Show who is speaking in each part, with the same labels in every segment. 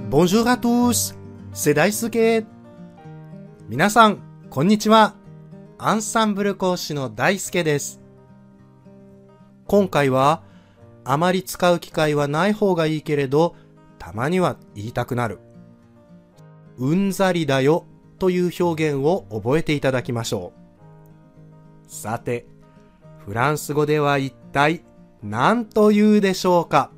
Speaker 1: Bonjour à tous, c'est Daisuke。皆さん、こんにちは。アンサンブル講師の大輔です。今回は、あまり使う機会はない方がいいけれど、たまには言いたくなる。うんざりだよという表現を覚えていただきましょう。さて、フランス語では一体何と言うでしょうか。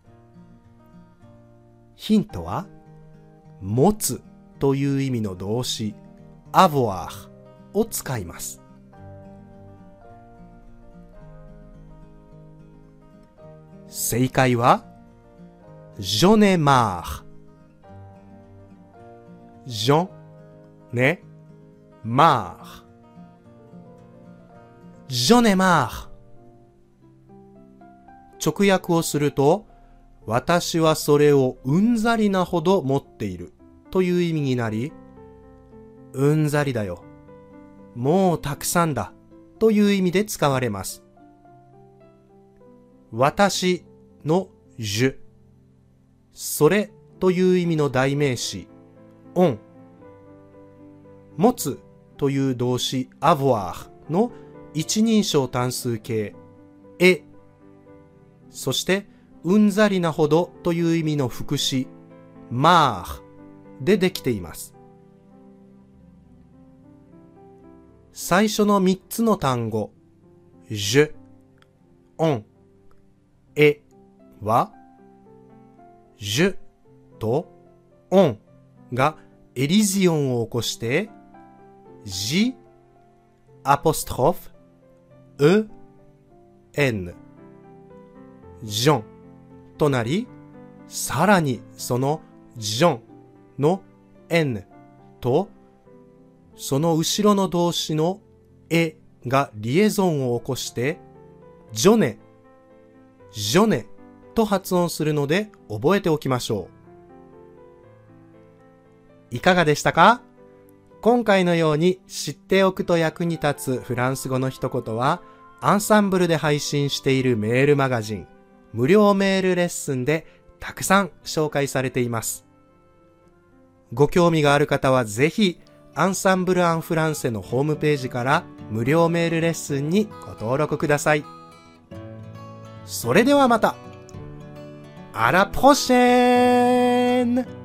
Speaker 1: ヒントは、持つという意味の動詞、avoir を使います。正解は、j'en ai marre。j'en ai marre。j'en ai marre。直訳をすると、私はそれをうんざりなほど持っているという意味になり、うんざりだよ。もうたくさんだという意味で使われます。私の je、それという意味の代名詞 on、持つという動詞 avoir の一人称単数形 et、そしてうんざりなほどという意味の副詞 marre でできています。最初の3つの単語 je、on、et は je と on がエリジオンを起こしてj apostrophe e nジョンとなり、さらにそのジョンの n とその後ろの動詞のえがリエゾンを起こしてジョネ、ジョネと発音するので覚えておきましょう。いかがでしたか？今回のように知っておくと役に立つフランス語の一言はアンサンブルで配信しているメールマガジン無料メールレッスンでたくさん紹介されています。ご興味がある方はぜひアンサンブル・アン・フランセのホームページから無料メールレッスンにご登録ください。それではまた。À la prochaine!